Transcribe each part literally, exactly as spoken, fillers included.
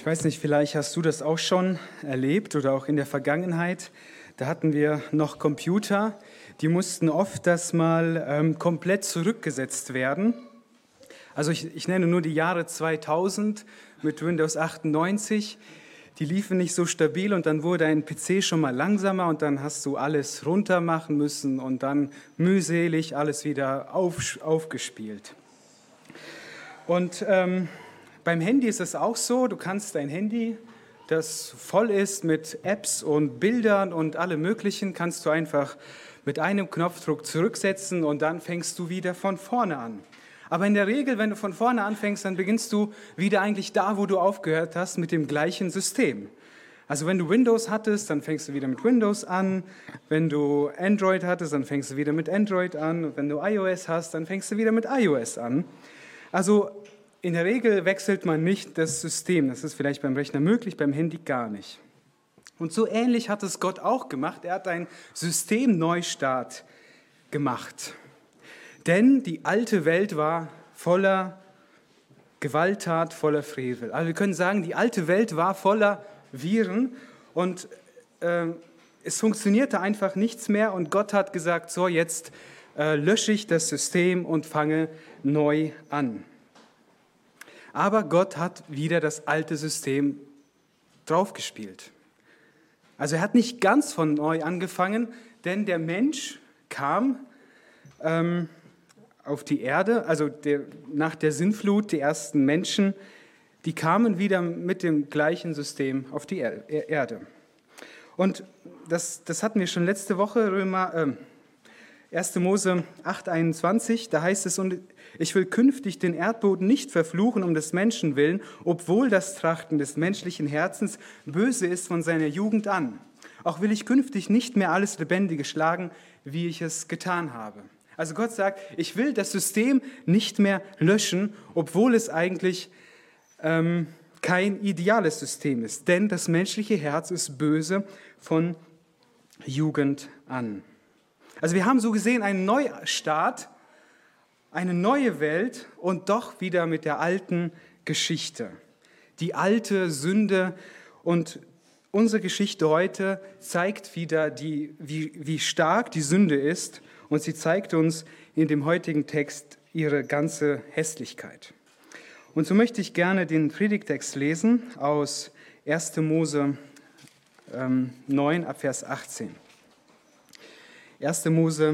Ich weiß nicht, vielleicht hast du das auch schon erlebt oder auch in der Vergangenheit. Da hatten wir noch Computer, die mussten oft das mal ähm, komplett zurückgesetzt werden. Also ich, ich nenne nur die Jahre zweitausend mit Windows achtundneunzig. Die liefen nicht so stabil und dann wurde ein P C schon mal langsamer und dann hast du alles runter machen müssen und dann mühselig alles wieder auf, aufgespielt. Und ähm, beim Handy ist es auch so, du kannst dein Handy, das voll ist mit Apps und Bildern und allem Möglichen, kannst du einfach mit einem Knopfdruck zurücksetzen und dann fängst du wieder von vorne an. Aber in der Regel, wenn du von vorne anfängst, dann beginnst du wieder eigentlich da, wo du aufgehört hast, mit dem gleichen System. Also wenn du Windows hattest, dann fängst du wieder mit Windows an. Wenn du Android hattest, dann fängst du wieder mit Android an. Und wenn du iOS hast, dann fängst du wieder mit iOS an. Also in der Regel wechselt man nicht das System. Das ist vielleicht beim Rechner möglich, beim Handy gar nicht. Und so ähnlich hat es Gott auch gemacht. Er hat einen Systemneustart gemacht. Denn die alte Welt war voller Gewalttat, voller Frevel. Also wir können sagen, die alte Welt war voller Viren und äh, es funktionierte einfach nichts mehr. Und Gott hat gesagt, so jetzt äh, lösche ich das System und fange neu an. Aber Gott hat wieder das alte System draufgespielt. Also er hat nicht ganz von neu angefangen, denn der Mensch kam ähm, auf die Erde, also der, nach der Sintflut, die ersten Menschen, die kamen wieder mit dem gleichen System auf die er- Erde. Und das, das hatten wir schon letzte Woche, Römer, äh, erster Mose acht einundzwanzig, da heißt es, und ich will künftig den Erdboden nicht verfluchen um des Menschen willen, obwohl das Trachten des menschlichen Herzens böse ist von seiner Jugend an. Auch will ich künftig nicht mehr alles Lebendige schlagen, wie ich es getan habe. Also Gott sagt, ich will das System nicht mehr löschen, obwohl es eigentlich ähm, kein ideales System ist. Denn das menschliche Herz ist böse von Jugend an. Also wir haben so gesehen einen Neustart, eine neue Welt und doch wieder mit der alten Geschichte. Die alte Sünde und unsere Geschichte heute zeigt wieder, die, wie, wie stark die Sünde ist. Und sie zeigt uns in dem heutigen Text ihre ganze Hässlichkeit. Und so möchte ich gerne den Predigtext lesen aus erster Mose ähm, neun ab Vers achtzehn. erster Mose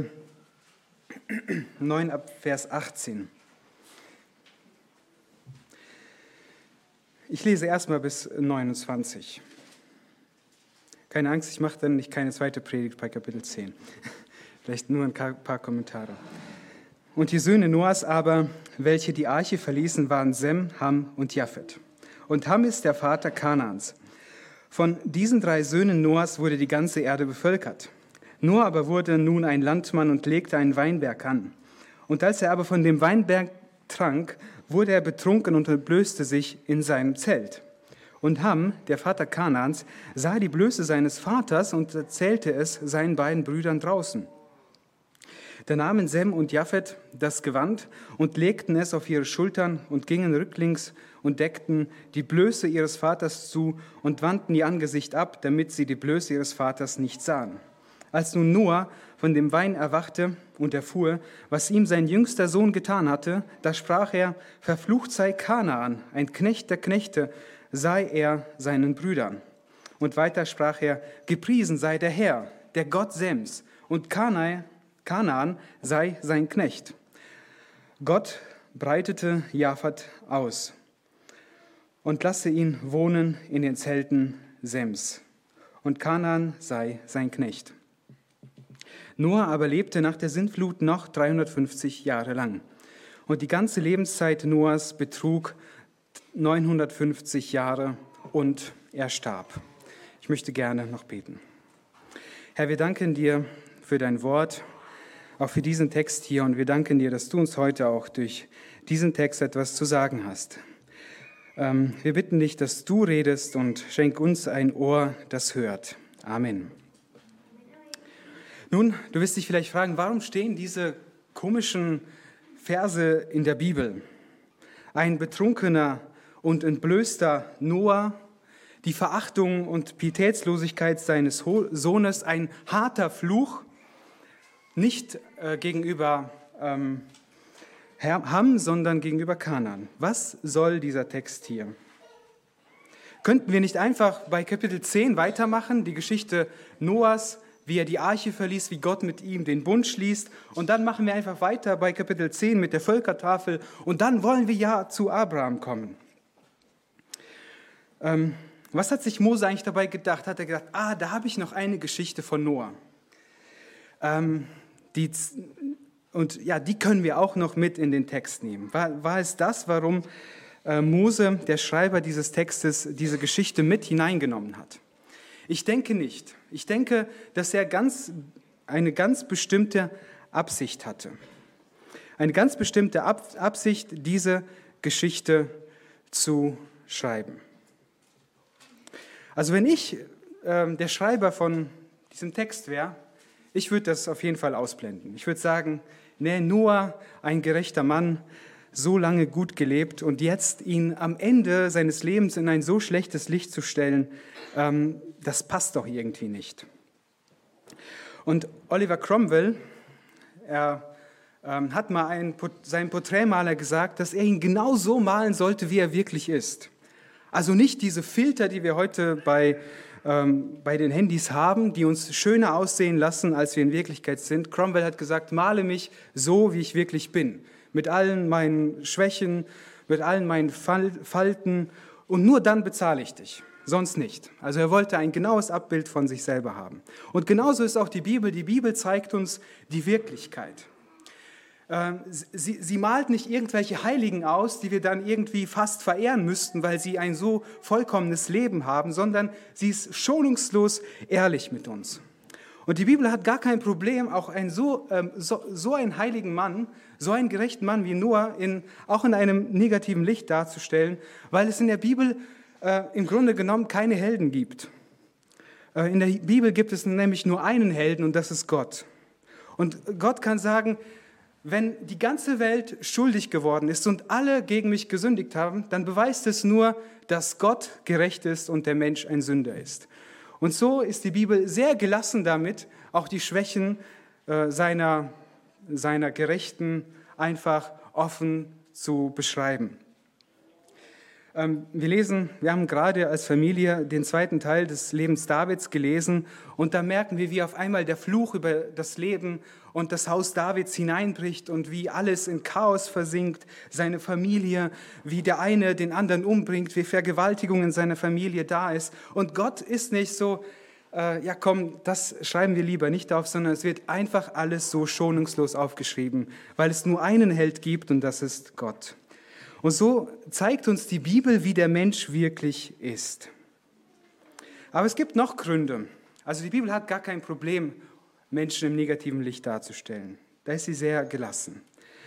neun ab Vers achtzehn. Ich lese erstmal bis neunundzwanzig. Keine Angst, ich mache dann nicht keine zweite Predigt bei Kapitel zehn. Vielleicht nur ein paar Kommentare. Und die Söhne Noahs aber, welche die Arche verließen, waren Sem, Ham und Japhet. Und Ham ist der Vater Kanaans. Von diesen drei Söhnen Noahs wurde die ganze Erde bevölkert. Noah aber wurde nun ein Landmann und legte einen Weinberg an. Und als er aber von dem Weinberg trank, wurde er betrunken und entblößte sich in seinem Zelt. Und Ham, der Vater Kanaans, sah die Blöße seines Vaters und erzählte es seinen beiden Brüdern draußen. Da nahmen Sem und Japhet das Gewand und legten es auf ihre Schultern und gingen rücklings und deckten die Blöße ihres Vaters zu und wandten ihr Angesicht ab, damit sie die Blöße ihres Vaters nicht sahen. Als nun Noah von dem Wein erwachte und erfuhr, was ihm sein jüngster Sohn getan hatte, da sprach er, verflucht sei Kanaan, ein Knecht der Knechte, sei er seinen Brüdern. Und weiter sprach er, gepriesen sei der Herr, der Gott Sems, und Kanaan, Kanaan sei sein Knecht. Gott breitete Japhet aus und lasse ihn wohnen in den Zelten Sems, und Kanaan sei sein Knecht. Noah aber lebte nach der Sintflut noch dreihundertfünfzig Jahre lang. Und die ganze Lebenszeit Noahs betrug neunhundertfünfzig Jahre und er starb. Ich möchte gerne noch beten. Herr, wir danken dir für dein Wort, auch für diesen Text hier. Und wir danken dir, dass du uns heute auch durch diesen Text etwas zu sagen hast. Ähm, wir bitten dich, dass du redest und schenk uns ein Ohr, das hört. Amen. Nun, du wirst dich vielleicht fragen, warum stehen diese komischen Verse in der Bibel? Ein Betrunkener und entblößter Noah, die Verachtung und Pietätslosigkeit seines Sohnes, ein harter Fluch, nicht äh, gegenüber ähm, Ham, sondern gegenüber Kanaan. Was soll dieser Text hier? Könnten wir nicht einfach bei Kapitel zehn weitermachen, die Geschichte Noahs, wie er die Arche verließ, wie Gott mit ihm den Bund schließt, und dann machen wir einfach weiter bei Kapitel zehn mit der Völkertafel und dann wollen wir ja zu Abraham kommen. Ähm, was hat sich Mose eigentlich dabei gedacht? Hat er gedacht, ah, da habe ich noch eine Geschichte von Noah. Ähm, die, und ja, die können wir auch noch mit in den Text nehmen. War, war es das, warum äh, Mose, der Schreiber dieses Textes, diese Geschichte mit hineingenommen hat? Ich denke nicht. Ich denke, dass er ganz, eine ganz bestimmte Absicht hatte. Eine ganz bestimmte Ab- Absicht, diese Geschichte zu schreiben. Also wenn ich äh, der Schreiber von diesem Text wäre, ich würde das auf jeden Fall ausblenden. Ich würde sagen, nee, Noah, ein gerechter Mann, so lange gut gelebt und jetzt ihn am Ende seines Lebens in ein so schlechtes Licht zu stellen, ähm, das passt doch irgendwie nicht. Und Oliver Cromwell, er ähm, hat mal ein, seinem Porträtmaler gesagt, dass er ihn genau so malen sollte, wie er wirklich ist. Also nicht diese Filter, die wir heute bei, ähm, bei den Handys haben, die uns schöner aussehen lassen, als wir in Wirklichkeit sind. Cromwell hat gesagt, male mich so, wie ich wirklich bin. Mit allen meinen Schwächen, mit allen meinen Falten und nur dann bezahle ich dich, sonst nicht. Also er wollte ein genaues Abbild von sich selber haben. Und genauso ist auch die Bibel. Die Bibel zeigt uns die Wirklichkeit. Sie, sie malt nicht irgendwelche Heiligen aus, die wir dann irgendwie fast verehren müssten, weil sie ein so vollkommenes Leben haben, sondern sie ist schonungslos ehrlich mit uns. Und die Bibel hat gar kein Problem, auch einen so, ähm, so, so einen heiligen Mann, so einen gerechten Mann wie Noah in, auch in einem negativen Licht darzustellen, weil es in der Bibel äh, im Grunde genommen keine Helden gibt. Äh, in der Bibel gibt es nämlich nur einen Helden und das ist Gott. Und Gott kann sagen, wenn die ganze Welt schuldig geworden ist und alle gegen mich gesündigt haben, dann beweist es nur, dass Gott gerecht ist und der Mensch ein Sünder ist. Und so ist die Bibel sehr gelassen damit, auch die Schwächen äh, seiner, seiner Gerechten einfach offen zu beschreiben. Ähm, wir lesen, wir haben gerade als Familie den zweiten Teil des Lebens Davids gelesen und da merken wir, wie auf einmal der Fluch über das Leben und das Haus Davids hineinbricht und wie alles in Chaos versinkt, seine Familie, wie der eine den anderen umbringt, wie Vergewaltigung in seiner Familie da ist. Und Gott ist nicht so, äh, ja komm, das schreiben wir lieber nicht auf, sondern es wird einfach alles so schonungslos aufgeschrieben, weil es nur einen Held gibt und das ist Gott. Und so zeigt uns die Bibel, wie der Mensch wirklich ist. Aber es gibt noch Gründe. Also die Bibel hat gar kein Problem, Menschen im negativen Licht darzustellen. Da ist sie sehr gelassen.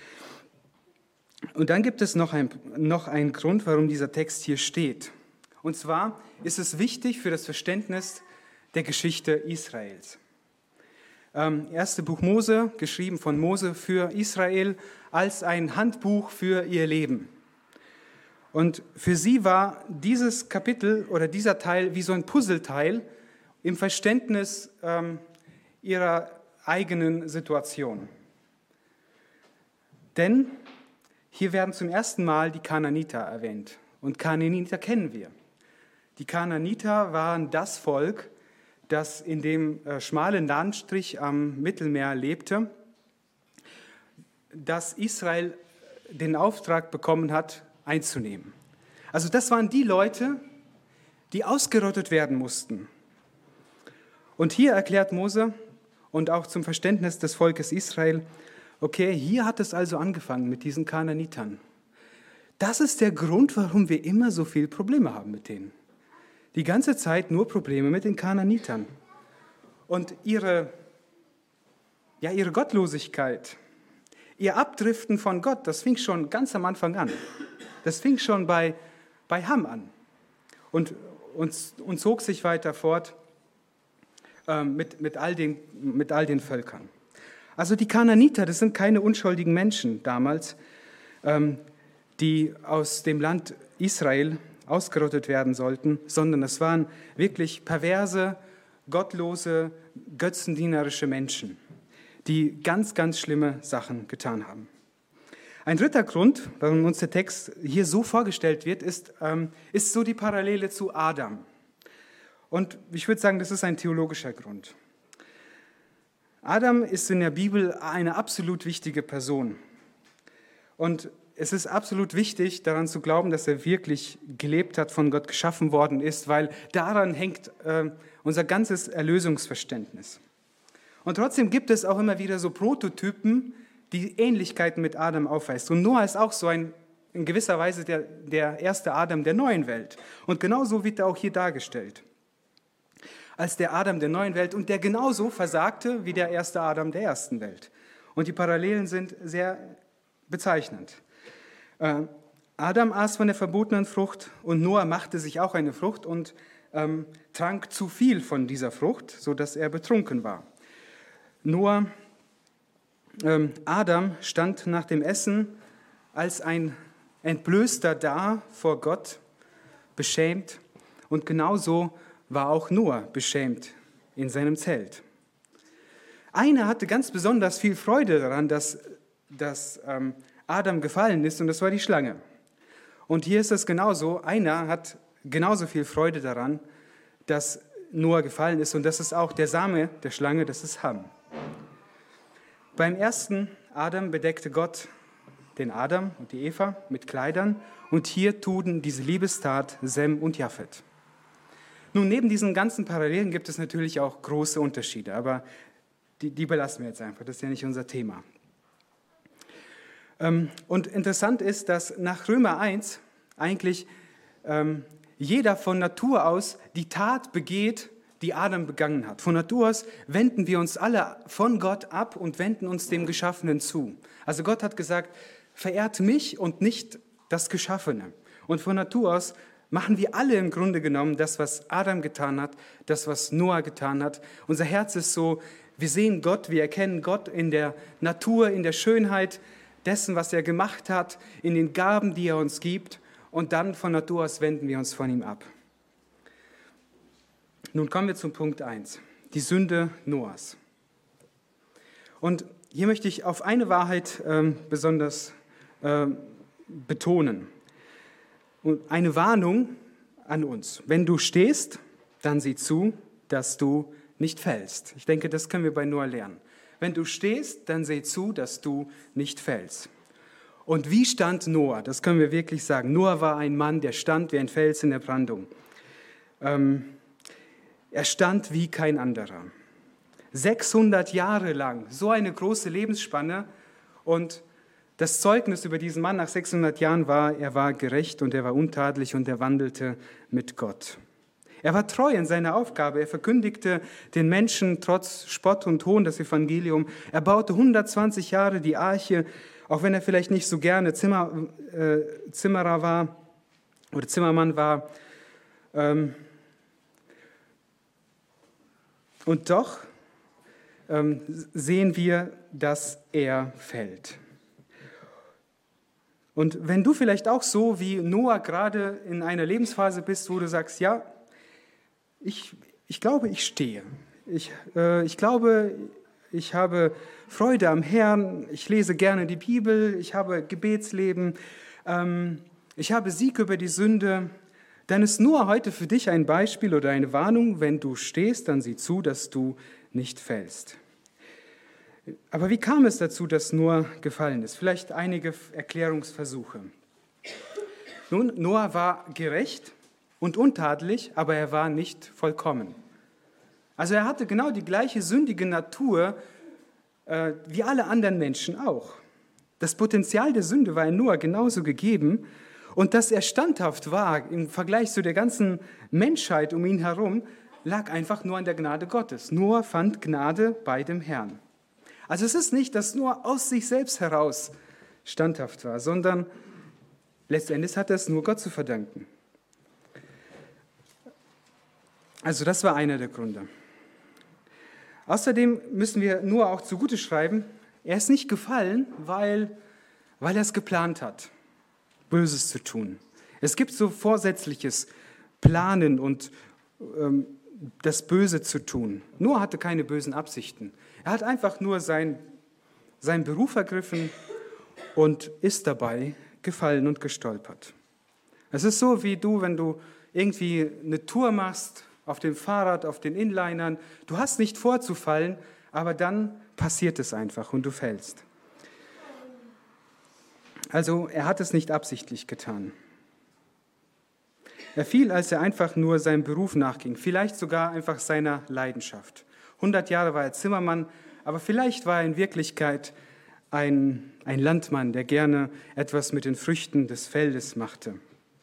Und dann gibt es noch, ein, noch einen Grund, warum dieser Text hier steht. Und zwar ist es wichtig für das Verständnis der Geschichte Israels. Ähm, erste Buch Mose, geschrieben von Mose für Israel, als ein Handbuch für ihr Leben. Und für sie war dieses Kapitel oder dieser Teil wie so ein Puzzleteil im Verständnis ähm, ihrer eigenen Situation. Denn hier werden zum ersten Mal die Kanaaniter erwähnt. Und Kanaaniter kennen wir. Die Kanaaniter waren das Volk, das in dem äh, schmalen Landstrich am Mittelmeer lebte, das Israel den Auftrag bekommen hat, einzunehmen. Also das waren die Leute, die ausgerottet werden mussten. Und hier erklärt Mose und auch zum Verständnis des Volkes Israel, okay, hier hat es also angefangen mit diesen Kanaanitern. Das ist der Grund, warum wir immer so viele Probleme haben mit denen. Die ganze Zeit nur Probleme mit den Kanaanitern. Und ihre, ja, ihre Gottlosigkeit, ihr Abdriften von Gott, das fing schon ganz am Anfang an. Das fing schon bei, bei Ham an und, und, und zog sich weiter fort äh, mit, mit, all den, mit all den Völkern. Also die Kanaaniter, das sind keine unschuldigen Menschen damals, ähm, die aus dem Land Israel ausgerottet werden sollten, sondern es waren wirklich perverse, gottlose, götzendienerische Menschen, die ganz, ganz schlimme Sachen getan haben. Ein dritter Grund, warum uns der Text hier so vorgestellt wird, ist, ähm, ist so die Parallele zu Adam. Und ich würde sagen, das ist ein theologischer Grund. Adam ist in der Bibel eine absolut wichtige Person. Und es ist absolut wichtig, daran zu glauben, dass er wirklich gelebt hat, von Gott geschaffen worden ist, weil daran hängt äh, unser ganzes Erlösungsverständnis. Und trotzdem gibt es auch immer wieder so Prototypen, die Ähnlichkeiten mit Adam aufweist. Und Noah ist auch so ein, in gewisser Weise der, der erste Adam der neuen Welt. Und genauso wird er auch hier dargestellt. Als der Adam der neuen Welt und der genauso versagte wie der erste Adam der ersten Welt. Und die Parallelen sind sehr bezeichnend. Äh, Adam aß von der verbotenen Frucht und Noah machte sich auch eine Frucht und ähm, trank zu viel von dieser Frucht, sodass er betrunken war. Noah Ähm, Adam stand nach dem Essen als ein Entblößter da vor Gott, beschämt. Und genauso war auch Noah beschämt in seinem Zelt. Einer hatte ganz besonders viel Freude daran, dass, dass ähm, Adam gefallen ist, und das war die Schlange. Und hier ist es genauso. Einer hat genauso viel Freude daran, dass Noah gefallen ist. Und das ist auch der Same der Schlange, das ist Ham. Beim ersten Adam bedeckte Gott den Adam und die Eva mit Kleidern und hier tun diese Liebestat Sem und Japhet. Nun, neben diesen ganzen Parallelen gibt es natürlich auch große Unterschiede, aber die, die belassen wir jetzt einfach, das ist ja nicht unser Thema. Und interessant ist, dass nach Römer eins eigentlich ähm, jeder von Natur aus die Tat begeht, die Adam begangen hat. Von Natur aus wenden wir uns alle von Gott ab und wenden uns dem Geschaffenen zu. Also Gott hat gesagt, verehrt mich und nicht das Geschaffene. Und von Natur aus machen wir alle im Grunde genommen das, was Adam getan hat, das, was Noah getan hat. Unser Herz ist so, wir sehen Gott, wir erkennen Gott in der Natur, in der Schönheit dessen, was er gemacht hat, in den Gaben, die er uns gibt. Und dann von Natur aus wenden wir uns von ihm ab. Nun kommen wir zum Punkt eins, die Sünde Noahs. Und hier möchte ich auf eine Wahrheit ähm, besonders äh, betonen. Und eine Warnung an uns. Wenn du stehst, dann sieh zu, dass du nicht fällst. Ich denke, das können wir bei Noah lernen. Wenn du stehst, dann sieh zu, dass du nicht fällst. Und wie stand Noah? Das können wir wirklich sagen. Noah war ein Mann, der stand wie ein Fels in der Brandung. Ähm, Er stand wie kein anderer. sechshundert Jahre lang, so eine große Lebensspanne. Und das Zeugnis über diesen Mann nach sechshundert Jahren war, er war gerecht und er war untadelig und er wandelte mit Gott. Er war treu in seiner Aufgabe. Er verkündigte den Menschen trotz Spott und Hohn das Evangelium. Er baute hundertzwanzig Jahre die Arche, auch wenn er vielleicht nicht so gerne Zimmer, äh, Zimmerer war oder Zimmermann war. Ähm, Und doch ähm, sehen wir, dass er fällt. Und wenn du vielleicht auch so wie Noah gerade in einer Lebensphase bist, wo du sagst, ja, ich, ich glaube, ich stehe. Ich, äh, ich glaube, ich habe Freude am Herrn, ich lese gerne die Bibel, ich habe Gebetsleben, ähm, ich habe Sieg über die Sünde, dann ist Noah heute für dich ein Beispiel oder eine Warnung. Wenn du stehst, dann sieh zu, dass du nicht fällst. Aber wie kam es dazu, dass Noah gefallen ist? Vielleicht einige Erklärungsversuche. Nun, Noah war gerecht und untadelig, aber er war nicht vollkommen. Also er hatte genau die gleiche sündige Natur äh, wie alle anderen Menschen auch. Das Potenzial der Sünde war in Noah genauso gegeben. Und dass er standhaft war im Vergleich zu der ganzen Menschheit um ihn herum, lag einfach nur an der Gnade Gottes. Noah fand Gnade bei dem Herrn. Also es ist nicht, dass Noah aus sich selbst heraus standhaft war, sondern letztendlich hat er es nur Gott zu verdanken. Also das war einer der Gründe. Außerdem müssen wir Noah auch zugute schreiben, er ist nicht gefallen, weil, weil er es geplant hat, Böses zu tun. Es gibt so vorsätzliches Planen und ähm, das Böse zu tun. Noah hatte keine bösen Absichten. Er hat einfach nur sein, seinen Beruf ergriffen und ist dabei gefallen und gestolpert. Es ist so wie du, wenn du irgendwie eine Tour machst, auf dem Fahrrad, auf den Inlinern. Du hast nicht vor zu fallen, aber dann passiert es einfach und du fällst. Also er hat es nicht absichtlich getan. Er fiel, als er einfach nur seinem Beruf nachging, vielleicht sogar einfach seiner Leidenschaft. hundert Jahre war er Zimmermann, aber vielleicht war er in Wirklichkeit ein, ein Landmann, der gerne etwas mit den Früchten des Feldes machte.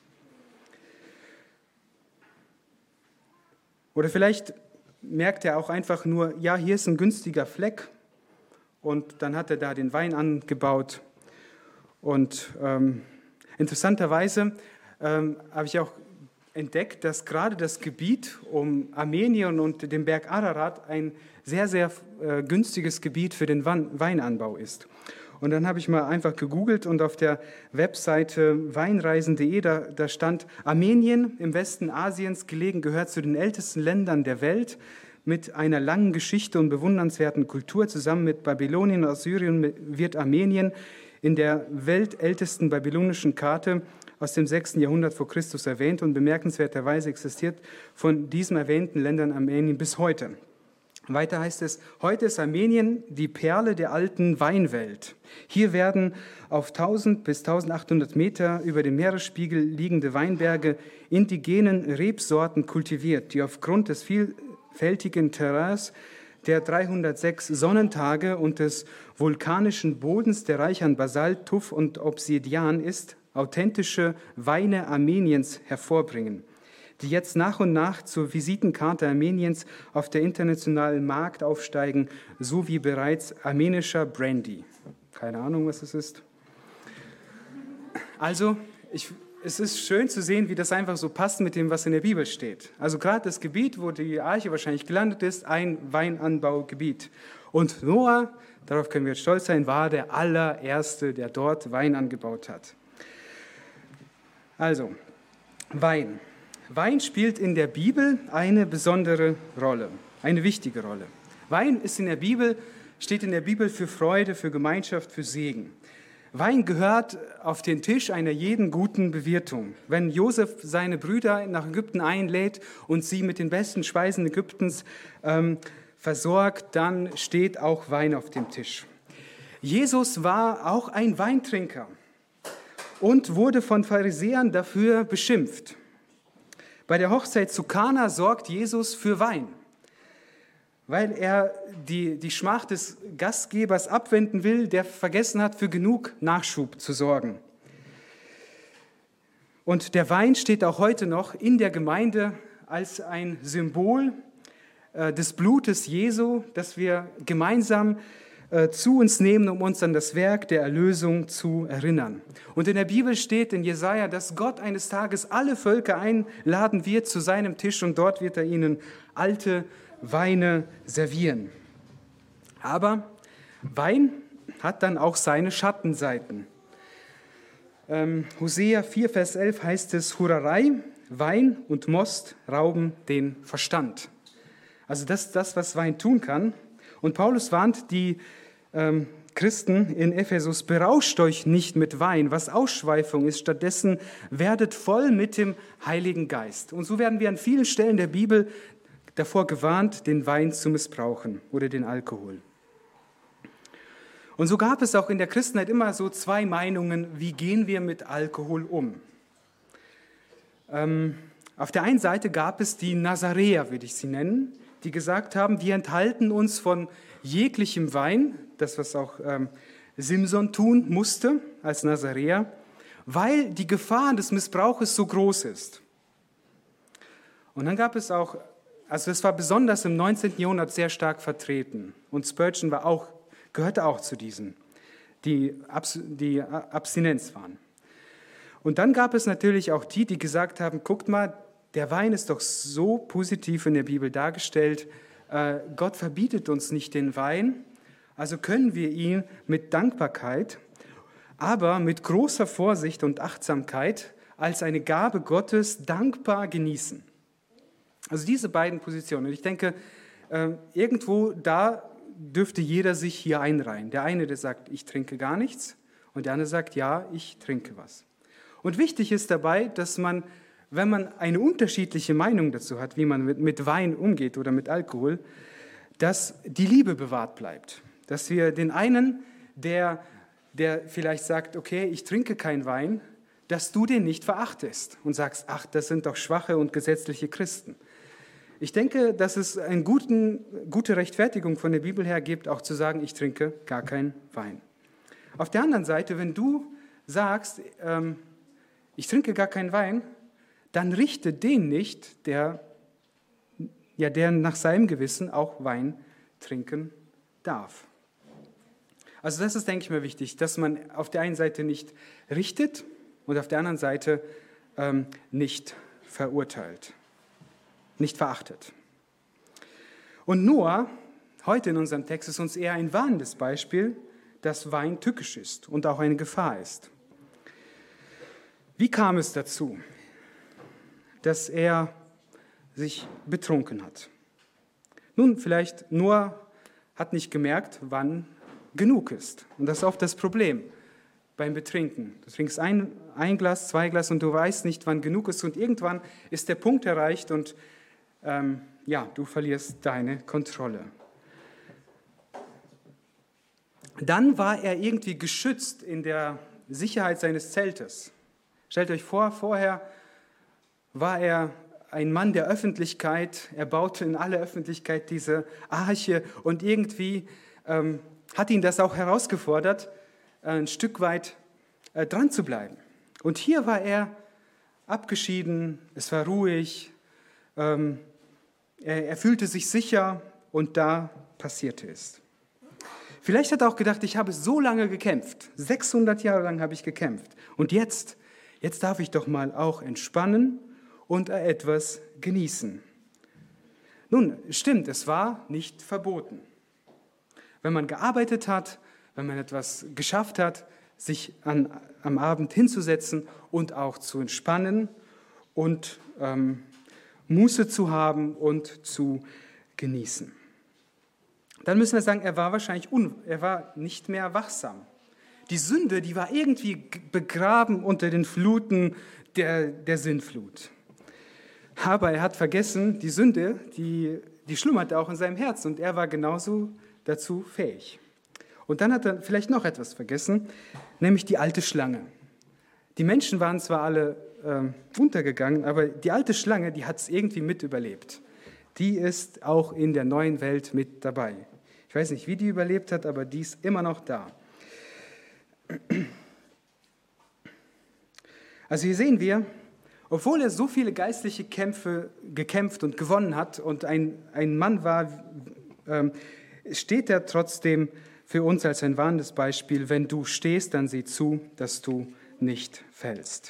Oder vielleicht merkt er auch einfach nur, ja, hier ist ein günstiger Fleck und dann hat er da den Wein angebaut. Und ähm, interessanterweise ähm, habe ich auch entdeckt, dass gerade das Gebiet um Armenien und den Berg Ararat ein sehr, sehr äh, günstiges Gebiet für den Weinanbau ist. Und dann habe ich mal einfach gegoogelt und auf der Webseite weinreisen punkt de, da, da stand, Armenien im Westen Asiens gelegen, gehört zu den ältesten Ländern der Welt mit einer langen Geschichte und bewundernswerten Kultur. Zusammen mit Babylonien und Assyrien wird Armenien in der weltältesten babylonischen Karte aus dem sechsten Jahrhundert vor Christus erwähnt und bemerkenswerterweise existiert von diesen erwähnten Ländern Armenien bis heute. Weiter heißt es, heute ist Armenien die Perle der alten Weinwelt. Hier werden auf tausend bis eintausendachthundert Meter über dem Meeresspiegel liegende Weinberge indigenen Rebsorten kultiviert, die aufgrund des vielfältigen Terrains der dreihundertsechs Sonnentage und des vulkanischen Bodens, der reich an Basalt, Tuff und Obsidian ist, authentische Weine Armeniens hervorbringen, die jetzt nach und nach zur Visitenkarte Armeniens auf der internationalen Markt aufsteigen, so wie bereits armenischer Brandy. Keine Ahnung, was es ist. Also, ich, es ist schön zu sehen, wie das einfach so passt mit dem, was in der Bibel steht. Also gerade das Gebiet, wo die Arche wahrscheinlich gelandet ist, ein Weinanbaugebiet. Und Noah, darauf können wir jetzt stolz sein, war der allererste, der dort Wein angebaut hat. Also, Wein. Wein spielt in der Bibel eine besondere Rolle, eine wichtige Rolle. Wein ist in der Bibel, steht in der Bibel für Freude, für Gemeinschaft, für Segen. Wein gehört auf den Tisch einer jeden guten Bewirtung. Wenn Josef seine Brüder nach Ägypten einlädt und sie mit den besten Speisen Ägyptens ähm, versorgt, dann steht auch Wein auf dem Tisch. Jesus war auch ein Weintrinker und wurde von Pharisäern dafür beschimpft. Bei der Hochzeit zu Kana sorgt Jesus für Wein, weil er die, die Schmach des Gastgebers abwenden will, der vergessen hat, für genug Nachschub zu sorgen. Und der Wein steht auch heute noch in der Gemeinde als ein Symbol äh, des Blutes Jesu, das wir gemeinsam äh, zu uns nehmen, um uns an das Werk der Erlösung zu erinnern. Und in der Bibel steht in Jesaja, dass Gott eines Tages alle Völker einladen wird zu seinem Tisch und dort wird er ihnen alte Weine servieren. Aber Wein hat dann auch seine Schattenseiten. Ähm, Hosea vier, Vers elf heißt es, Hurerei, Wein und Most rauben den Verstand. Also das ist das, was Wein tun kann. Und Paulus warnt die ähm, Christen in Ephesus, berauscht euch nicht mit Wein, was Ausschweifung ist, stattdessen werdet voll mit dem Heiligen Geist. Und so werden wir an vielen Stellen der Bibel davor gewarnt, den Wein zu missbrauchen oder den Alkohol. Und so gab es auch in der Christenheit immer so zwei Meinungen, wie gehen wir mit Alkohol um. Ähm, auf der einen Seite gab es die Nazaräer, würde ich sie nennen, die gesagt haben, wir enthalten uns von jeglichem Wein, das was auch ähm, Simson tun musste als Nazaräer, weil die Gefahr des Missbrauches so groß ist. Und dann gab es auch, also das war besonders im neunzehnten Jahrhundert sehr stark vertreten und Spurgeon war auch, gehörte auch zu diesen, die, Abs- die Abstinenz waren. Und dann gab es natürlich auch die, die gesagt haben, guckt mal, der Wein ist doch so positiv in der Bibel dargestellt, äh, Gott verbietet uns nicht den Wein, also können wir ihn mit Dankbarkeit, aber mit großer Vorsicht und Achtsamkeit als eine Gabe Gottes dankbar genießen. Also diese beiden Positionen. Und ich denke, äh, irgendwo da dürfte jeder sich hier einreihen. Der eine, der sagt, ich trinke gar nichts, und der andere sagt, ja, ich trinke was. Und wichtig ist dabei, dass man, wenn man eine unterschiedliche Meinung dazu hat, wie man mit, mit Wein umgeht oder mit Alkohol, dass die Liebe bewahrt bleibt. Dass wir den einen, der, der vielleicht sagt, okay, ich trinke keinen Wein, dass du den nicht verachtest und sagst, ach, das sind doch schwache und gesetzliche Christen. Ich denke, dass es eine gute Rechtfertigung von der Bibel her gibt, auch zu sagen, ich trinke gar keinen Wein. Auf der anderen Seite, wenn du sagst, ähm, ich trinke gar keinen Wein, dann richte den nicht, der, ja, der nach seinem Gewissen auch Wein trinken darf. Also das ist, denke ich mal, wichtig, dass man auf der einen Seite nicht richtet und auf der anderen Seite ähm, nicht verurteilt, nicht verachtet. Und Noah, heute in unserem Text, ist uns eher ein warnendes Beispiel, dass Wein tückisch ist und auch eine Gefahr ist. Wie kam es dazu, dass er sich betrunken hat? Nun, vielleicht Noah hat nicht gemerkt, wann genug ist. Und das ist oft das Problem beim Betrinken. Du trinkst ein, ein Glas, zwei Glas und du weißt nicht, wann genug ist. Und irgendwann ist der Punkt erreicht und ähm, ja, du verlierst deine Kontrolle. Dann war er irgendwie geschützt in der Sicherheit seines Zeltes. Stellt euch vor, vorher war er ein Mann der Öffentlichkeit. Er baute in aller Öffentlichkeit diese Arche und irgendwie ähm, hat ihn das auch herausgefordert, ein Stück weit äh, dran zu bleiben. Und hier war er abgeschieden, es war ruhig, ähm, er, er fühlte sich sicher und da passierte es. Vielleicht hat er auch gedacht, ich habe so lange gekämpft, sechshundert Jahre lang habe ich gekämpft und jetzt, jetzt darf ich doch mal auch entspannen und etwas genießen. Nun, stimmt, es war nicht verboten. Wenn man gearbeitet hat, wenn man etwas geschafft hat, sich an, am Abend hinzusetzen und auch zu entspannen und ähm, Muße zu haben und zu genießen. Dann müssen wir sagen, er war wahrscheinlich un, er war nicht mehr wachsam. Die Sünde, die war irgendwie begraben unter den Fluten der, der Sinnflut. Aber er hat vergessen, die Sünde, die, die schlummerte auch in seinem Herz und er war genauso dazu fähig. Und dann hat er vielleicht noch etwas vergessen, nämlich die alte Schlange. Die Menschen waren zwar alle äh, untergegangen, aber die alte Schlange, die hat es irgendwie mit überlebt. Die ist auch in der neuen Welt mit dabei. Ich weiß nicht, wie die überlebt hat, aber die ist immer noch da. Also hier sehen wir, obwohl er so viele geistliche Kämpfe gekämpft und gewonnen hat und ein, ein Mann war, ähm, steht er trotzdem für uns als ein warnendes Beispiel, wenn du stehst, dann sieh zu, dass du nicht fällst.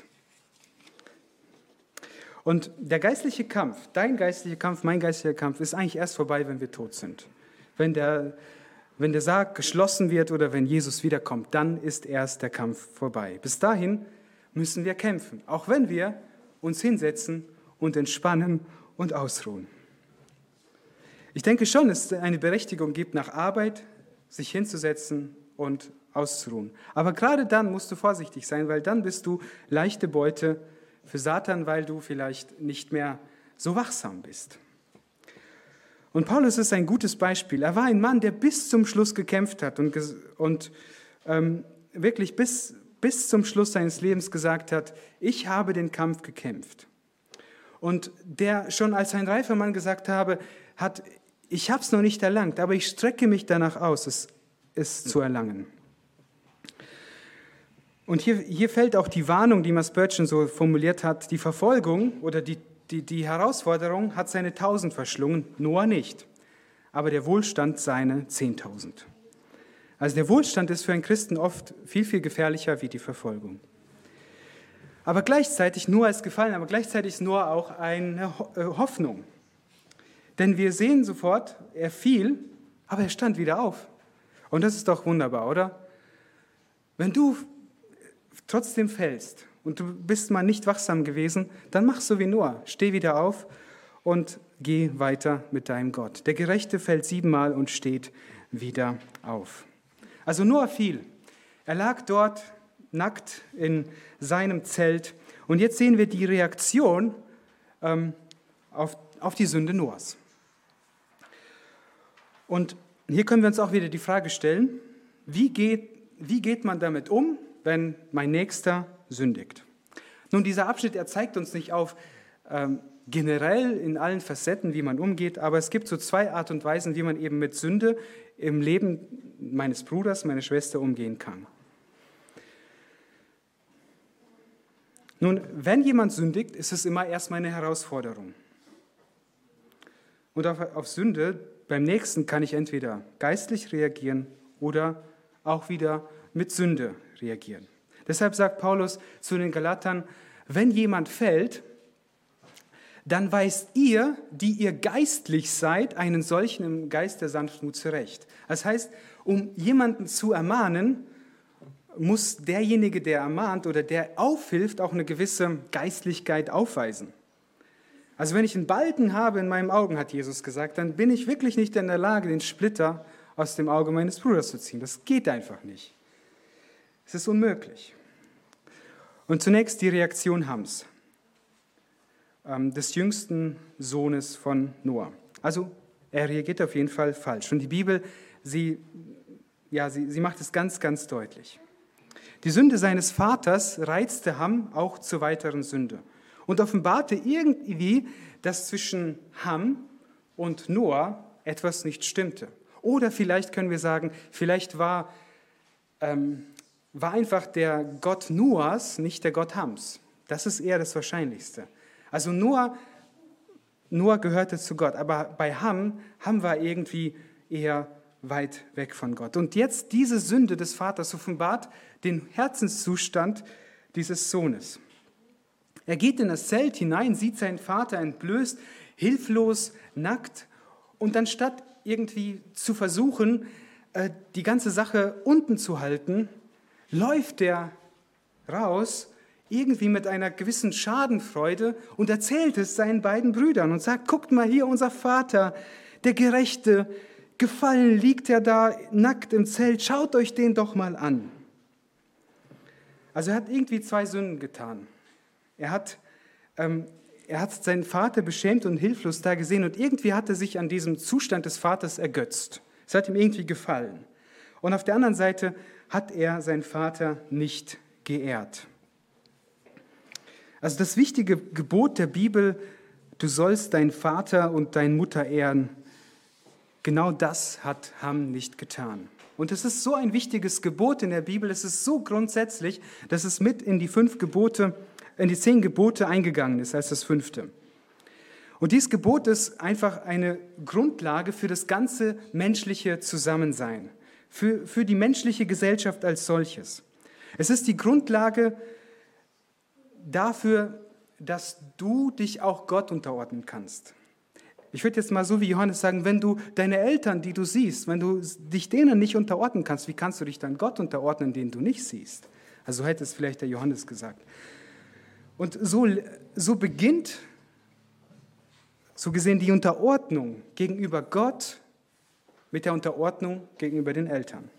Und der geistliche Kampf, dein geistlicher Kampf, mein geistlicher Kampf, ist eigentlich erst vorbei, wenn wir tot sind. Wenn der, wenn der Sarg geschlossen wird oder wenn Jesus wiederkommt, dann ist erst der Kampf vorbei. Bis dahin müssen wir kämpfen, auch wenn wir uns hinsetzen und entspannen und ausruhen. Ich denke schon, dass es eine Berechtigung gibt, nach Arbeit sich hinzusetzen und auszuruhen. Aber gerade dann musst du vorsichtig sein, weil dann bist du leichte Beute für Satan, weil du vielleicht nicht mehr so wachsam bist. Und Paulus ist ein gutes Beispiel. Er war ein Mann, der bis zum Schluss gekämpft hat und, und ähm, wirklich bis, bis zum Schluss seines Lebens gesagt hat, ich habe den Kampf gekämpft. Und der schon als ein reifer Mann gesagt habe, hat, ich habe es noch nicht erlangt, aber ich strecke mich danach aus, es, es zu erlangen. Und hier, hier fällt auch die Warnung, die Spurgeon so formuliert hat, die Verfolgung oder die, die, die Herausforderung hat seine tausend verschlungen, Noah nicht, aber der Wohlstand seine zehntausend. Also der Wohlstand ist für einen Christen oft viel, viel gefährlicher wie die Verfolgung. Aber gleichzeitig, Noah ist gefallen, aber gleichzeitig ist Noah auch eine Hoffnung. Denn wir sehen sofort, er fiel, aber er stand wieder auf. Und das ist doch wunderbar, oder? Wenn du trotzdem fällst und du bist mal nicht wachsam gewesen, dann mach so wie Noah. Steh wieder auf und geh weiter mit deinem Gott. Der Gerechte fällt siebenmal und steht wieder auf. Also Noah fiel. Er lag dort nackt in seinem Zelt. Und jetzt sehen wir die Reaktion ähm, auf, auf die Sünde Noahs. Und hier können wir uns auch wieder die Frage stellen, wie geht, wie geht man damit um, wenn mein Nächster sündigt? Nun, dieser Abschnitt, er zeigt uns nicht auf ähm, generell in allen Facetten, wie man umgeht, aber es gibt so zwei Art und Weisen, wie man eben mit Sünde im Leben meines Bruders, meiner Schwester umgehen kann. Nun, wenn jemand sündigt, ist es immer erstmal eine Herausforderung. Und auf, auf Sünde beim Nächsten kann ich entweder geistlich reagieren oder auch wieder mit Sünde reagieren. Deshalb sagt Paulus zu den Galatern, wenn jemand fällt, dann weist ihr, die ihr geistlich seid, einen solchen im Geist der Sanftmut zurecht. Das heißt, um jemanden zu ermahnen, muss derjenige, der ermahnt oder der aufhilft, auch eine gewisse Geistlichkeit aufweisen. Also wenn ich einen Balken habe in meinen Augen, hat Jesus gesagt, dann bin ich wirklich nicht in der Lage, den Splitter aus dem Auge meines Bruders zu ziehen. Das geht einfach nicht. Es ist unmöglich. Und zunächst die Reaktion Hams, des jüngsten Sohnes von Noah. Also er reagiert auf jeden Fall falsch. Und die Bibel, sie, ja, sie, sie macht es ganz, ganz deutlich. Die Sünde seines Vaters reizte Ham auch zur weiteren Sünde und offenbarte irgendwie, dass zwischen Ham und Noah etwas nicht stimmte. Oder vielleicht können wir sagen, vielleicht war, ähm, war einfach der Gott Noahs nicht der Gott Hams. Das ist eher das Wahrscheinlichste. Also Noah, Noah gehörte zu Gott, aber bei Ham, Ham war irgendwie eher weit weg von Gott. Und jetzt diese Sünde des Vaters offenbart den Herzenszustand dieses Sohnes. Er geht in das Zelt hinein, sieht seinen Vater entblößt, hilflos, nackt und anstatt irgendwie zu versuchen, die ganze Sache unten zu halten, läuft er raus, irgendwie mit einer gewissen Schadenfreude und erzählt es seinen beiden Brüdern und sagt, guckt mal hier, unser Vater, der Gerechte, gefallen liegt er da nackt im Zelt, schaut euch den doch mal an. Also er hat irgendwie zwei Sünden getan. Er hat, ähm, er hat seinen Vater beschämt und hilflos da gesehen und irgendwie hat er sich an diesem Zustand des Vaters ergötzt. Es hat ihm irgendwie gefallen. Und auf der anderen Seite hat er seinen Vater nicht geehrt. Also das wichtige Gebot der Bibel, du sollst deinen Vater und deine Mutter ehren, genau das hat Ham nicht getan. Und es ist so ein wichtiges Gebot in der Bibel, es ist so grundsätzlich, dass es mit in die fünf Gebote, in die zehn Gebote eingegangen ist als das fünfte. Und dieses Gebot ist einfach eine Grundlage für das ganze menschliche Zusammensein, für, für die menschliche Gesellschaft als solches. Es ist die Grundlage dafür, dass du dich auch Gott unterordnen kannst. Ich würde jetzt mal so wie Johannes sagen, wenn du deine Eltern, die du siehst, wenn du dich denen nicht unterordnen kannst, wie kannst du dich dann Gott unterordnen, den du nicht siehst? Also hätte es vielleicht der Johannes gesagt. Und so, so beginnt, so gesehen, die Unterordnung gegenüber Gott mit der Unterordnung gegenüber den Eltern.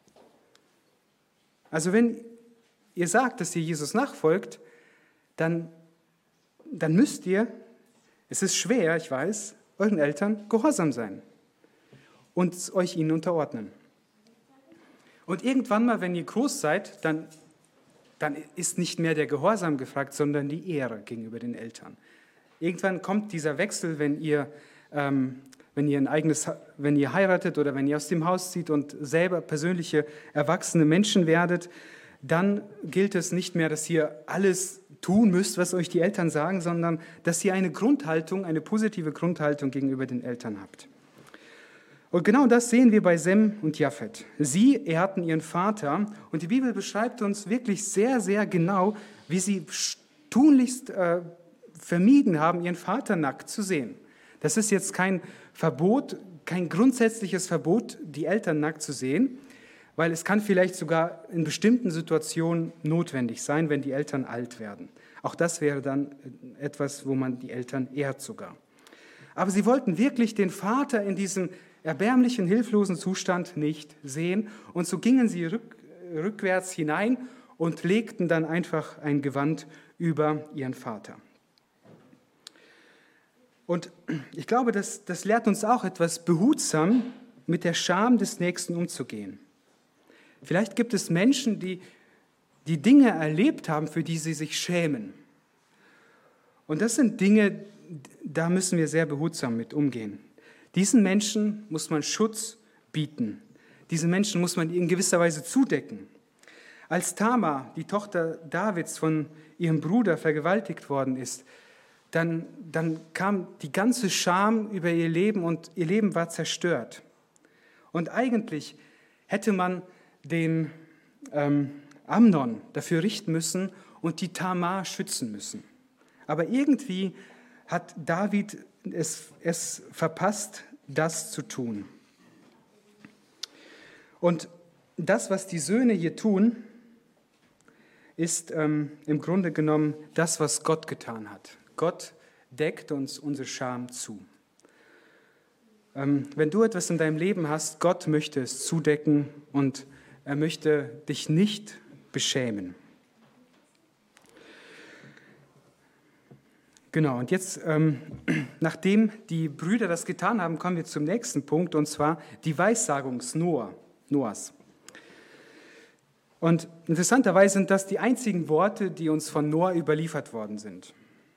Also wenn ihr sagt, dass ihr Jesus nachfolgt, dann, dann müsst ihr, es ist schwer, ich weiß, euren Eltern gehorsam sein und euch ihnen unterordnen. Und irgendwann mal, wenn ihr groß seid, dann, dann ist nicht mehr der Gehorsam gefragt, sondern die Ehre gegenüber den Eltern. Irgendwann kommt dieser Wechsel, wenn ihr, ähm, wenn ihr ein eigenes, wenn ihr heiratet oder wenn ihr aus dem Haus zieht und selber persönliche erwachsene Menschen werdet, dann gilt es nicht mehr, dass ihr alles tun müsst, was euch die Eltern sagen, sondern dass ihr eine Grundhaltung, eine positive Grundhaltung gegenüber den Eltern habt. Und genau das sehen wir bei Sem und Japhet. Sie ehrten ihren Vater und die Bibel beschreibt uns wirklich sehr, sehr genau, wie sie tunlichst äh, vermieden haben, ihren Vater nackt zu sehen. Das ist jetzt kein Verbot, kein grundsätzliches Verbot, die Eltern nackt zu sehen. weil es kann vielleicht sogar in bestimmten Situationen notwendig sein, wenn die Eltern alt werden. Auch das wäre dann etwas, wo man die Eltern ehrt sogar. Aber sie wollten wirklich den Vater in diesem erbärmlichen, hilflosen Zustand nicht sehen. Und so gingen sie rück, rückwärts hinein und legten dann einfach ein Gewand über ihren Vater. Und ich glaube, das, das lehrt uns auch etwas, behutsam mit der Scham des Nächsten umzugehen. Vielleicht gibt es Menschen, die die Dinge erlebt haben, für die sie sich schämen. Und das sind Dinge, da müssen wir sehr behutsam mit umgehen. Diesen Menschen muss man Schutz bieten. Diesen Menschen muss man in gewisser Weise zudecken. Als Tamar, die Tochter Davids, von ihrem Bruder vergewaltigt worden ist, dann, dann kam die ganze Scham über ihr Leben und ihr Leben war zerstört. Und eigentlich hätte man den ähm, Amnon dafür richten müssen und die Tamar schützen müssen. Aber irgendwie hat David es, es verpasst, das zu tun. Und das, was die Söhne hier tun, ist ähm, im Grunde genommen das, was Gott getan hat. Gott deckt uns unsere Scham zu. Ähm, wenn du etwas in deinem Leben hast, Gott möchte es zudecken und er möchte dich nicht beschämen. Genau, und jetzt, ähm, nachdem die Brüder das getan haben, kommen wir zum nächsten Punkt, und zwar die Weissagung Noah, Noahs. Und interessanterweise sind das die einzigen Worte, die uns von Noah überliefert worden sind.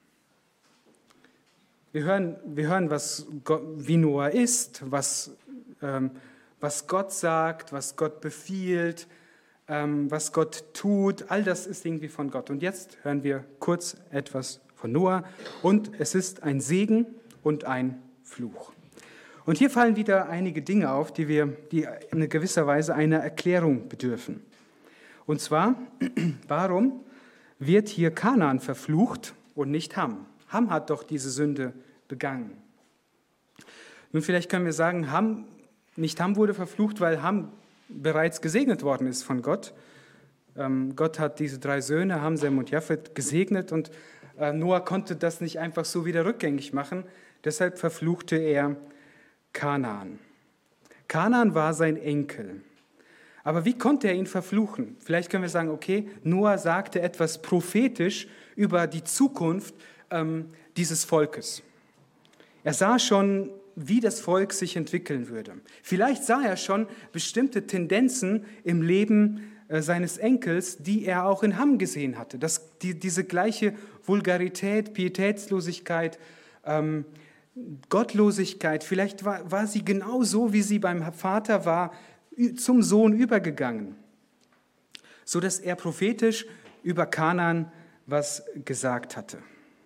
Wir hören, wir hören was Gott, wie Noah ist, was, ähm, was Gott sagt, was Gott befiehlt, ähm, was Gott tut. All das ist irgendwie von Gott. Und jetzt hören wir kurz etwas von Noah. Und es ist ein Segen und ein Fluch. Und hier fallen wieder einige Dinge auf, die wir, die in gewisser Weise einer Erklärung bedürfen. Und zwar, warum wird hier Kanaan verflucht und nicht Ham? Ham hat doch diese Sünde begangen. Nun, vielleicht können wir sagen, Ham, nicht Ham wurde verflucht, weil Ham bereits gesegnet worden ist von Gott. Ähm, Gott hat diese drei Söhne, Ham, Sem und Japhet, gesegnet und äh, Noah konnte das nicht einfach so wieder rückgängig machen. Deshalb verfluchte er Kanaan. Kanaan war sein Enkel. Aber wie konnte er ihn verfluchen? Vielleicht können wir sagen, okay, Noah sagte etwas prophetisch über die Zukunft ähm, dieses Volkes. Er sah schon, wie das Volk sich entwickeln würde. Vielleicht sah er schon bestimmte Tendenzen im Leben äh, seines Enkels, die er auch in Ham gesehen hatte. Das, die, diese gleiche Vulgarität, Pietätslosigkeit, ähm, Gottlosigkeit, vielleicht war, war sie genau so, wie sie beim Vater war, zum Sohn übergegangen, sodass er prophetisch über Kanaan was gesagt hatte.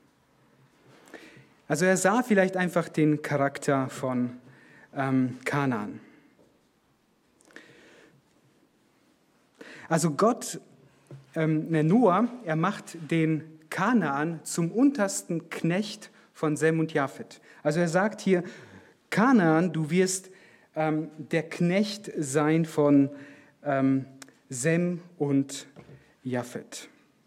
Also er sah vielleicht einfach den Charakter von ähm, Kanaan. Also Gott, ähm, Noah, er macht den Kanaan zum untersten Knecht von Sem und Japhet. Also er sagt hier, Kanaan, du wirst ähm, der Knecht sein von ähm, Sem und Japhet.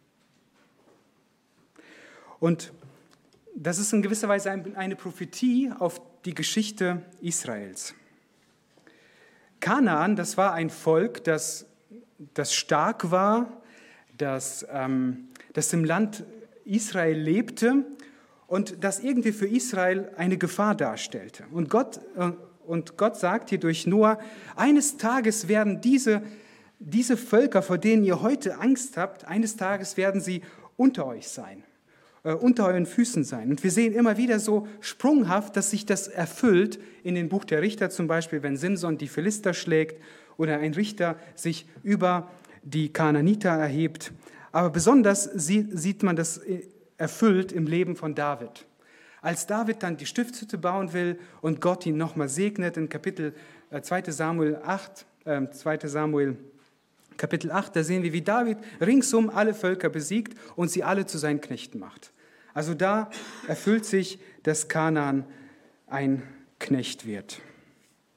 Und das ist in gewisser Weise eine Prophetie auf die Geschichte Israels. Kanaan, das war ein Volk, das, das stark war, das, ähm, das im Land Israel lebte und das irgendwie für Israel eine Gefahr darstellte. Und Gott, äh, und Gott sagt hier durch Noah, eines Tages werden diese, diese Völker, vor denen ihr heute Angst habt, eines Tages werden sie unter euch sein. Unter euren Füßen sein. Und wir sehen immer wieder so sprunghaft, dass sich das erfüllt in dem Buch der Richter zum Beispiel, wenn Simson die Philister schlägt oder ein Richter sich über die Kanaaniter erhebt. Aber besonders sieht man das erfüllt im Leben von David. Als David dann die Stiftshütte bauen will und Gott ihn nochmal segnet in Kapitel zweiter Samuel acht, äh, zweiter Samuel Kapitel acht, da sehen wir, wie David ringsum alle Völker besiegt und sie alle zu seinen Knechten macht. Also da erfüllt sich, dass Kanaan ein Knecht wird.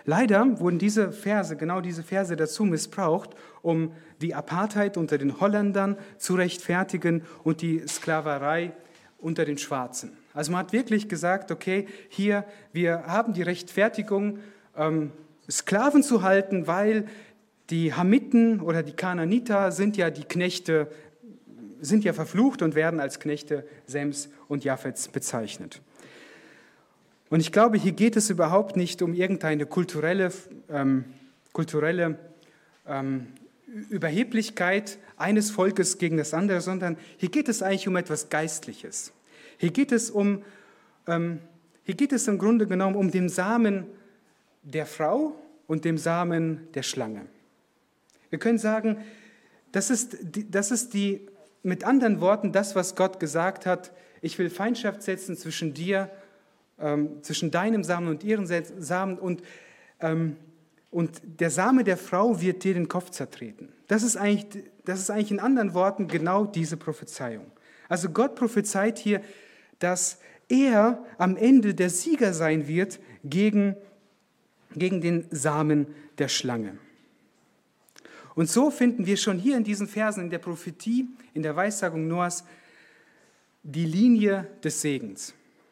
Leider wurden diese Verse, genau diese Verse dazu missbraucht, um die Apartheid unter den Holländern zu rechtfertigen und die Sklaverei unter den Schwarzen. Also man hat wirklich gesagt, okay, hier, wir haben die Rechtfertigung, ähm, Sklaven zu halten, weil die Hamiten oder die Kanaaniter sind ja die Knechte, sind ja verflucht und werden als Knechte Sems und Japhets bezeichnet. Und ich glaube, hier geht es überhaupt nicht um irgendeine kulturelle, ähm, kulturelle ähm, Überheblichkeit eines Volkes gegen das andere, sondern hier geht es eigentlich um etwas Geistliches. Hier geht es um, ähm, hier geht es im Grunde genommen um den Samen der Frau und den Samen der Schlange. Wir können sagen, das ist, die, das ist die, mit anderen Worten, das, was Gott gesagt hat, ich will Feindschaft setzen zwischen dir, ähm, zwischen deinem Samen und ihrem Samen und, ähm, und der Same der Frau wird dir den Kopf zertreten. Das ist eigentlich, das ist eigentlich in anderen Worten genau diese Prophezeiung. Also Gott prophezeit hier, dass er am Ende der Sieger sein wird gegen, gegen den Samen der Schlange. Und so finden wir schon hier in diesen Versen, in der Prophetie, in der Weissagung Noahs, die Linie des Segens.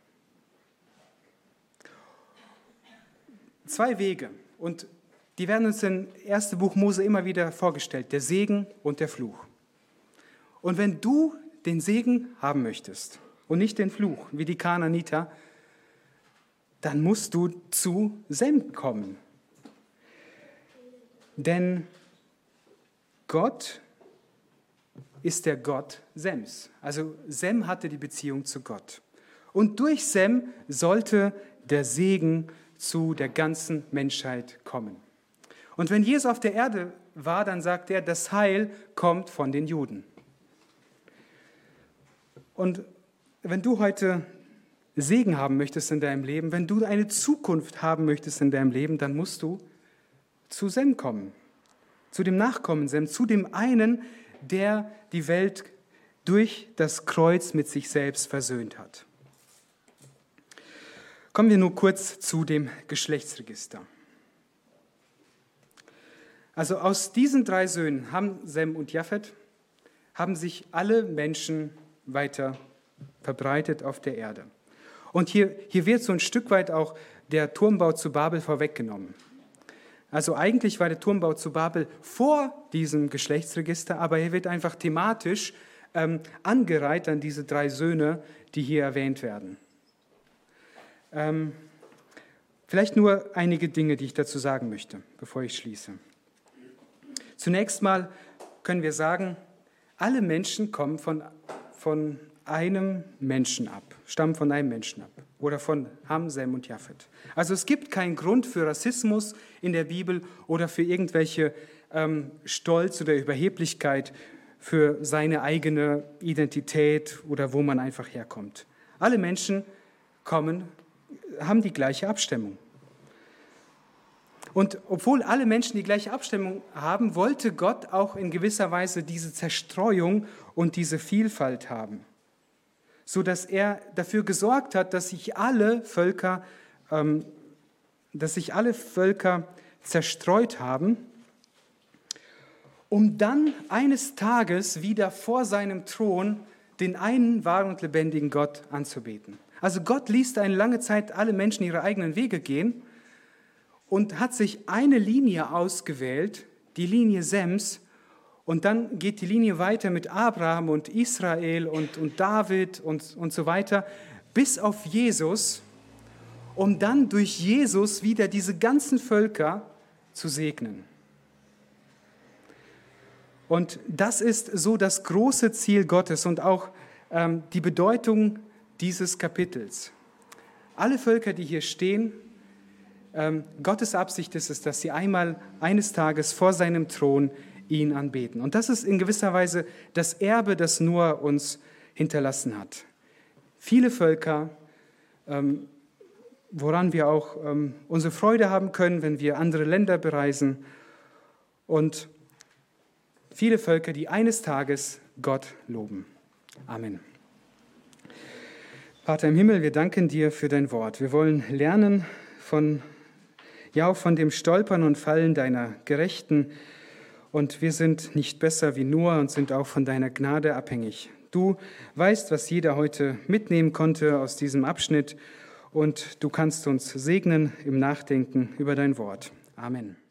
Zwei Wege, und die werden uns im ersten Buch Mose immer wieder vorgestellt, der Segen und der Fluch. Und wenn du den Segen haben möchtest und nicht den Fluch, wie die Kanaaniter, dann musst du zu Sem kommen. Denn Gott ist der Gott Sems. Also Sem hatte die Beziehung zu Gott. Und durch Sem sollte der Segen zu der ganzen Menschheit kommen. Und wenn Jesus auf der Erde war, dann sagt er, das Heil kommt von den Juden. Und wenn du heute Segen haben möchtest in deinem Leben, wenn du eine Zukunft haben möchtest in deinem Leben, dann musst du zu Sem kommen, zu dem Nachkommen Sem, zu dem einen, der die Welt durch das Kreuz mit sich selbst versöhnt hat. Kommen wir nur kurz zu dem Geschlechtsregister. Also aus diesen drei Söhnen, Ham, Sem und Japhet, haben sich alle Menschen weiter verbreitet auf der Erde. Und hier, hier wird so ein Stück weit auch der Turmbau zu Babel vorweggenommen. Also eigentlich war der Turmbau zu Babel vor diesem Geschlechtsregister, aber hier wird einfach thematisch ähm, angereiht an diese drei Söhne, die hier erwähnt werden. Ähm, vielleicht nur einige Dinge, die ich dazu sagen möchte, bevor ich schließe. Zunächst mal können wir sagen, alle Menschen kommen von, von einem Menschen ab, stammen von einem Menschen ab oder von Ham, Sem und Japhet. Also es gibt keinen Grund für Rassismus in der Bibel oder für irgendwelche ähm, Stolz oder Überheblichkeit für seine eigene Identität oder wo man einfach herkommt. Alle Menschen kommen, haben die gleiche Abstammung. Und obwohl alle Menschen die gleiche Abstammung haben, wollte Gott auch in gewisser Weise diese Zerstreuung und diese Vielfalt haben, sodass er dafür gesorgt hat, dass sich alle Völker, ähm, dass sich alle Völker zerstreut haben, um dann eines Tages wieder vor seinem Thron den einen wahren und lebendigen Gott anzubeten. Also Gott ließ eine lange Zeit alle Menschen ihre eigenen Wege gehen und hat sich eine Linie ausgewählt, die Linie Sems, und dann geht die Linie weiter mit Abraham und Israel und, und David und, und so weiter, bis auf Jesus, um dann durch Jesus wieder diese ganzen Völker zu segnen. Und das ist so das große Ziel Gottes und auch ähm, die Bedeutung dieses Kapitels. Alle Völker, die hier stehen, ähm, Gottes Absicht ist es, dass sie einmal eines Tages vor seinem Thron ihn anbeten. Und das ist in gewisser Weise das Erbe, das Noah uns hinterlassen hat. Viele Völker, ähm, woran wir auch ähm, unsere Freude haben können, wenn wir andere Länder bereisen. Und viele Völker, die eines Tages Gott loben. Amen. Vater im Himmel, wir danken dir für dein Wort. Wir wollen lernen von ja auch von dem Stolpern und Fallen deiner Gerechten. Und wir sind nicht besser wie Noah und sind auch von deiner Gnade abhängig. Du weißt, was jeder heute mitnehmen konnte aus diesem Abschnitt und du kannst uns segnen im Nachdenken über dein Wort. Amen.